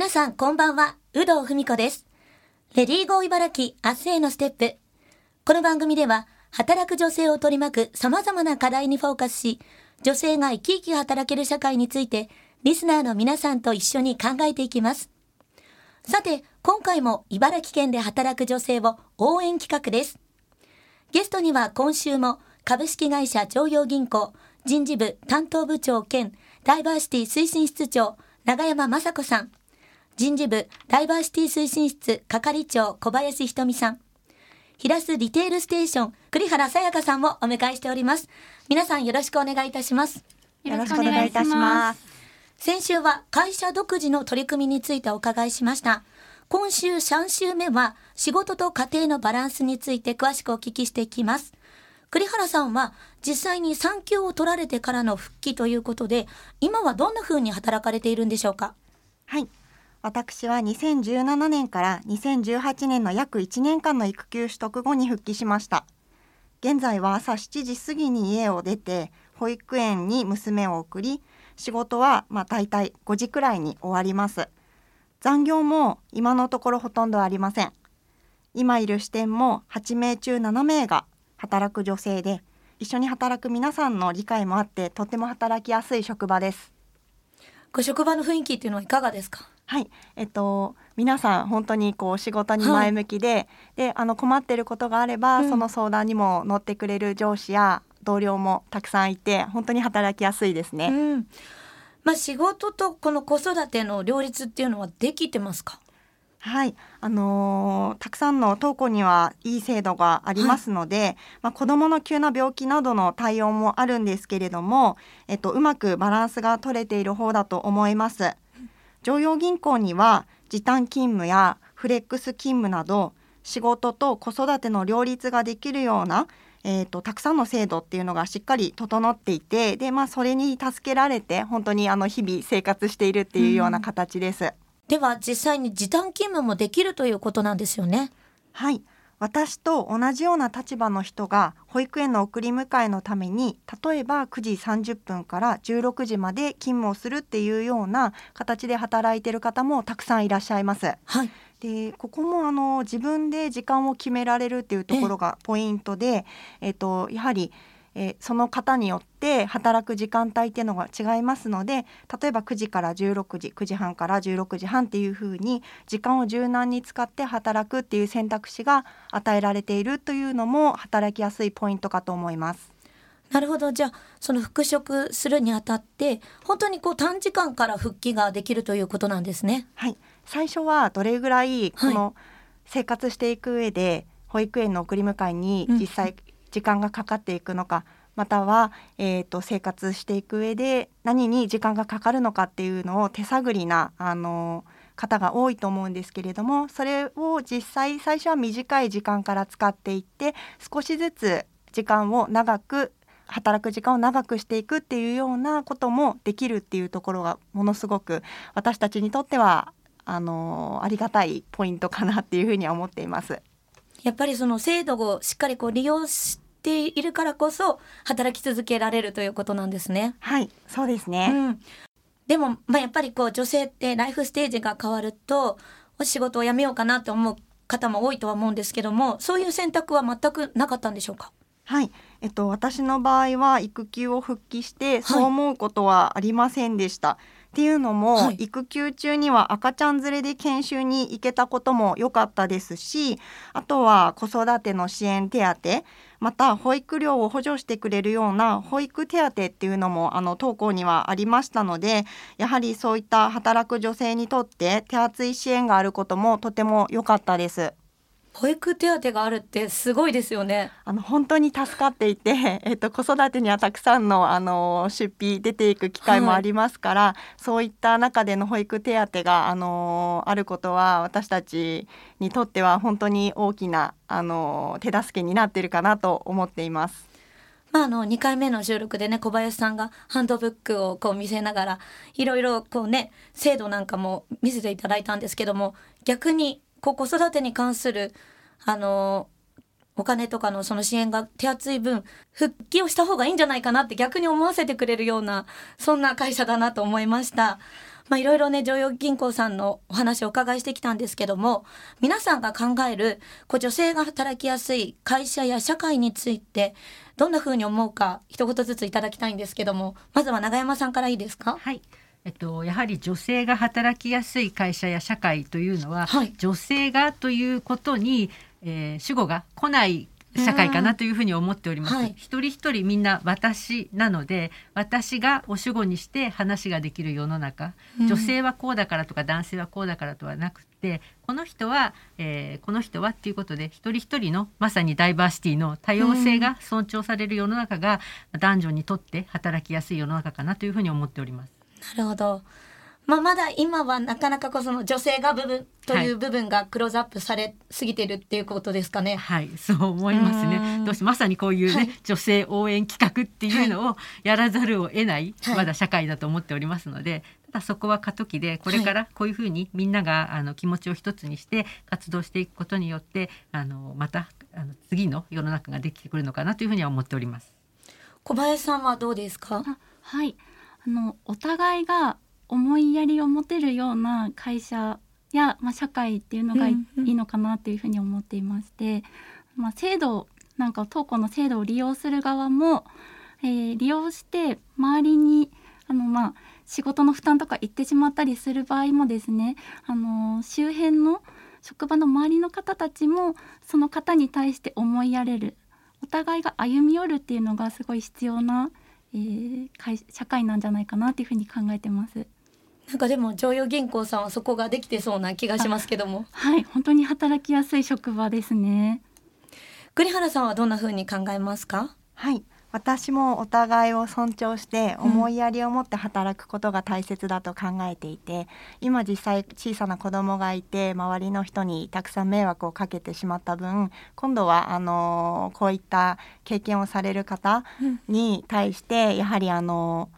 皆さんこんばんは、有働文子です。レディーゴー茨城、明日へのステップ。この番組では働く女性を取り巻く様々な課題にフォーカスし、女性が生き生き働ける社会についてリスナーの皆さんと一緒に考えていきます。さて、今回も茨城県で働く女性を応援企画です。ゲストには今週も株式会社常陽銀行人事部担当部長兼ダイバーシティ推進室長永山雅子さん、人事部ダイバーシティ推進室係長小林ひとみさん、平須リテールステーション栗原さやかさんをお迎えしております。皆さんよろしくお願いいたします。 よろしくお願いいたします。 先週は会社独自の取り組みについてお伺いしました。今週3週目は仕事と家庭のバランスについて詳しくお聞きしていきます。栗原さんは実際に産休を取られてからの復帰ということで、今はどんな風に働かれているんでしょうか？ はい、私は2017年から2018年の約1年間の育休取得後に復帰しました。現在は朝7時過ぎに家を出て保育園に娘を送り、仕事は大体5時くらいに終わります。残業も今のところほとんどありません。今いる支店も8名中7名が働く女性で、一緒に働く皆さんの理解もあってとても働きやすい職場です。 ご職場の雰囲気っていうのはいかがですか？ はい、皆さん本当に仕事に前向きで、困っていることがあれば、その相談にも乗ってくれる上司や同僚もたくさんいて、本当に働きやすいですね。 仕事とこの子育ての両立っていうのはできてますか？ はい、たくさんの当校にはいい制度がありますので、子どもの急な病気などの対応もあるんですけれども、うまくバランスが取れている方だと思います。常陽銀行には時短勤務やフレックス勤務など仕事と子育ての両立ができるような、たくさんの制度っていうのがしっかり整っていて、で、それに助けられて本当に日々生活しているっていうような形です。 では実際に時短勤務もできるということなんですよね？ はい、私と同じような立場の人が保育園の送り迎えのために、例えば9時30分から16時まで勤務をするっていうような形で働いている方もたくさんいらっしゃいます。 はい。 で、ここも自分で時間を決められるっていうところがポイントで、やはりその方によって働く時間帯っていうのが違いますので、例えば9時から16時、9時半から16時半っていうふうに時間を柔軟に使って働くっていう選択肢が与えられているというのも働きやすいポイントかと思います。 なるほど。じゃあその復職するにあたって本当に短時間から復帰ができるということなんですね。 はい、最初はどれぐらいこの生活していく上で保育園の送り迎えに実際時間がかかっていくのか、または、生活していく上で何に時間がかかるのかっていうのを手探りな方が多いと思うんですけれども、それを実際最初は短い時間から使っていって少しずつ働く時間を長くしていくっていうようなこともできるっていうところがものすごく私たちにとってはありがたいポイントかなっていうふうには思っています。 やっぱりその制度をしっかり利用しているからこそ働き続けられるということなんですね。 はい、そうですね。 でも、やっぱり女性ってライフステージが変わるとお仕事を辞めようかなと思う方も多いとは思うんですけども、そういう選択は全くなかったんでしょうか？ はい、私の場合は育休を復帰してそう思うことはありませんでした。っていうのも、育休中には赤ちゃん連れで研修に行けたことも良かったですし、あとは子育ての支援手当、また保育料を補助してくれるような保育手当っていうのも当校にはありましたので、やはりそういった働く女性にとって手厚い支援があることもとても良かったです。 保育手当があるってすごいですよね。 本当に助かっていて、子育てにはたくさんの出費出ていく機会もありますから、そういった中での保育手当があることは私たちにとっては本当に大きな手助けになっているかなと思っています。 2回目の収録でね、小林さんがハンドブックを見せながらいろいろ制度なんかも見せていただいたんですけども、逆に子育てに関するお金とかのその支援が手厚い分、復帰をした方がいいんじゃないかなって逆に思わせてくれるような、そんな会社だなと思いました。 いろいろね、常陽銀行さんのお話をお伺いしてきたんですけども、皆さんが考える女性が働きやすい会社や社会についてどんな風に思うか一言ずついただきたいんですけども、まずは永山さんからいいですか？ はい、やはり女性が働きやすい会社や社会というのは、女性がということに、主語が来ない社会かなというふうに思っております、一人一人みんな私なので、私がお主語にして話ができる世の中、女性はこうだからとか男性はこうだからとはなくて、この人はっていうことで、一人一人のまさにダイバーシティの多様性が尊重される世の中が、男女にとって働きやすい世の中かなというふうに思っております。 なるほど。まだ今はなかなかその女性が部分という部分がクローズアップされすぎてるっていうことですかね。 はい、そう思いますね。どうしてまさにこういうね、女性応援企画っていうのをやらざるを得ない、まだ社会だと思っておりますので、ただそこは過渡期で、これからこういうふうにみんなが気持ちを一つにして活動していくことによって、また次の世の中ができてくるのかなというふうには思っております。 小林さんはどうですか？ はい、お互いが思いやりを持てるような会社や、社会っていうのがいいのかなっていうふうに思っていまして、制度なんか当校の制度を利用する側も、利用して周りに仕事の負担とか言ってしまったりする場合もですね、周辺の職場の周りの方たちもその方に対して思いやれる、お互いが歩み寄るっていうのがすごい必要な、社会なんじゃないかなというふうに考えてます。 なんかでも常陽銀行さんはそこができてそうな気がしますけども。 はい、本当に働きやすい職場ですね。 栗原さんはどんな風に考えますか？ はい、私もお互いを尊重して思いやりを持って働くことが大切だと考えていて、今実際小さな子供がいて周りの人にたくさん迷惑をかけてしまった分、今度はこういった経験をされる方に対してやはり同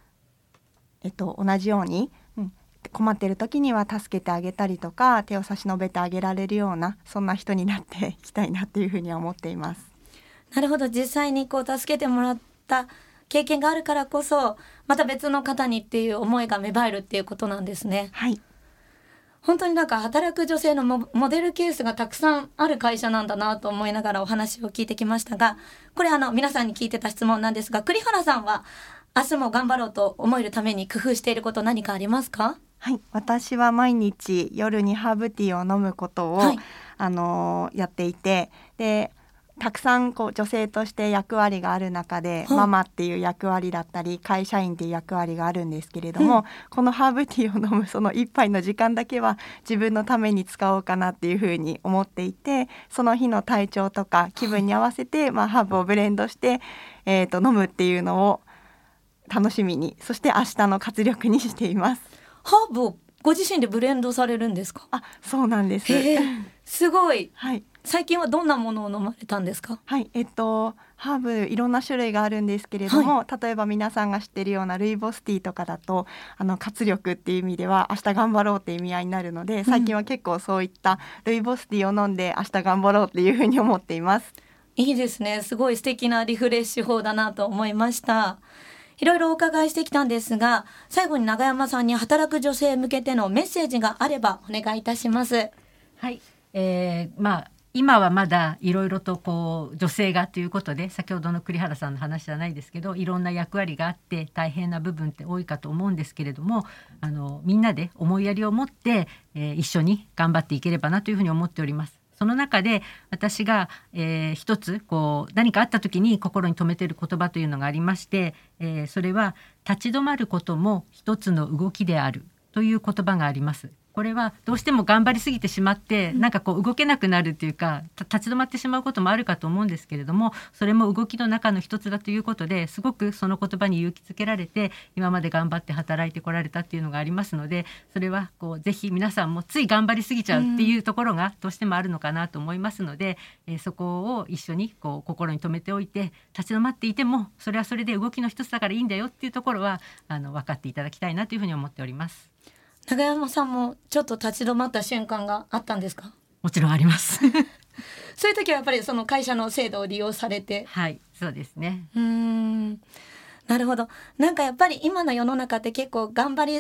じように困っている時には助けてあげたりとか、手を差し伸べてあげられるような、そんな人になっていきたいなっていうふうには思っています。 なるほど。実際に助けてもらった経験があるからこそ、また別の方にっていう思いが芽生えるっていうことなんですね。 はい、 本当になんか働く女性のモデルケースがたくさんある会社なんだなと思いながらお話を聞いてきましたが、これ皆さんに聞いてた質問なんですが、栗原さんは明日も頑張ろうと思えるために工夫していること何かありますか？ はい、私は毎日夜にハーブティーを飲むことを、やっていて、でたくさん女性として役割がある中で、ママっていう役割だったり会社員っていう役割があるんですけれども、このハーブティーを飲むその一杯の時間だけは自分のために使おうかなっていうふうに思っていて、その日の体調とか気分に合わせて、ハーブをブレンドして、飲むっていうのを楽しみに、そして明日の活力にしています。 ハーブをご自身でブレンドされるんですか？ そうなんです。 すごい。 はい。 最近はどんなものを飲まれたんですか？ はい、ハーブいろんな種類があるんですけれども、例えば皆さんが知っているようなルイボスティーとかだと活力っていう意味では明日頑張ろうっていう意味合いになるので、最近は結構そういったルイボスティーを飲んで明日頑張ろうっていうふうに思っています。 いいですね。すごい素敵なリフレッシュ法だなと思いました。いろいろお伺いしてきたんですが、最後に永山さんに働く女性向けてのメッセージがあればお願いいたします。 はい、今はまだいろいろと女性がということで、先ほどの栗原さんの話じゃないですけど、いろんな役割があって大変な部分って多いかと思うんですけれども、みんなで思いやりを持って、一緒に頑張っていければなというふうに思っております。その中で私が、一つ何かあった時に心に留めている言葉というのがありまして、それは立ち止まることも一つの動きであるという言葉があります。これはどうしても頑張りすぎてしまって、なんか動けなくなるというか立ち止まってしまうこともあるかと思うんですけれども、それも動きの中の一つだということで、すごくその言葉に勇気づけられて今まで頑張って働いてこられたっていうのがありますので、それはぜひ皆さんもつい頑張りすぎちゃうっていうところがどうしてもあるのかなと思いますので、そこを一緒に心に留めておいて、立ち止まっていてもそれはそれで動きの一つだからいいんだよっていうところは分かっていただきたいなというふうに思っております。 永山さんもちょっと立ち止まった瞬間があったんですか？ もちろんありますそういう時はやっぱりその会社の制度を利用されて。 はい、そうですね。 なるほど。なんかやっぱり今の世の中って結構頑張り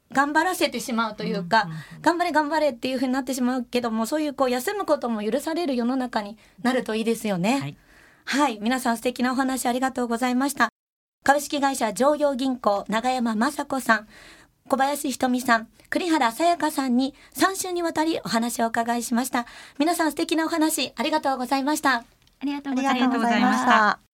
頑張らせてしまうというか、頑張れ頑張れっていう風になってしまうけども、そういう休むことも許される世の中になるといいですよね。はい、皆さん素敵なお話ありがとうございました。株式会社常陽銀行永山雅子さん、小林ひとみさん、栗原さやかさんに3週にわたりお話をお伺いしました。皆さん素敵なお話ありがとうございました。 ありがとうありございました。 がとうございました。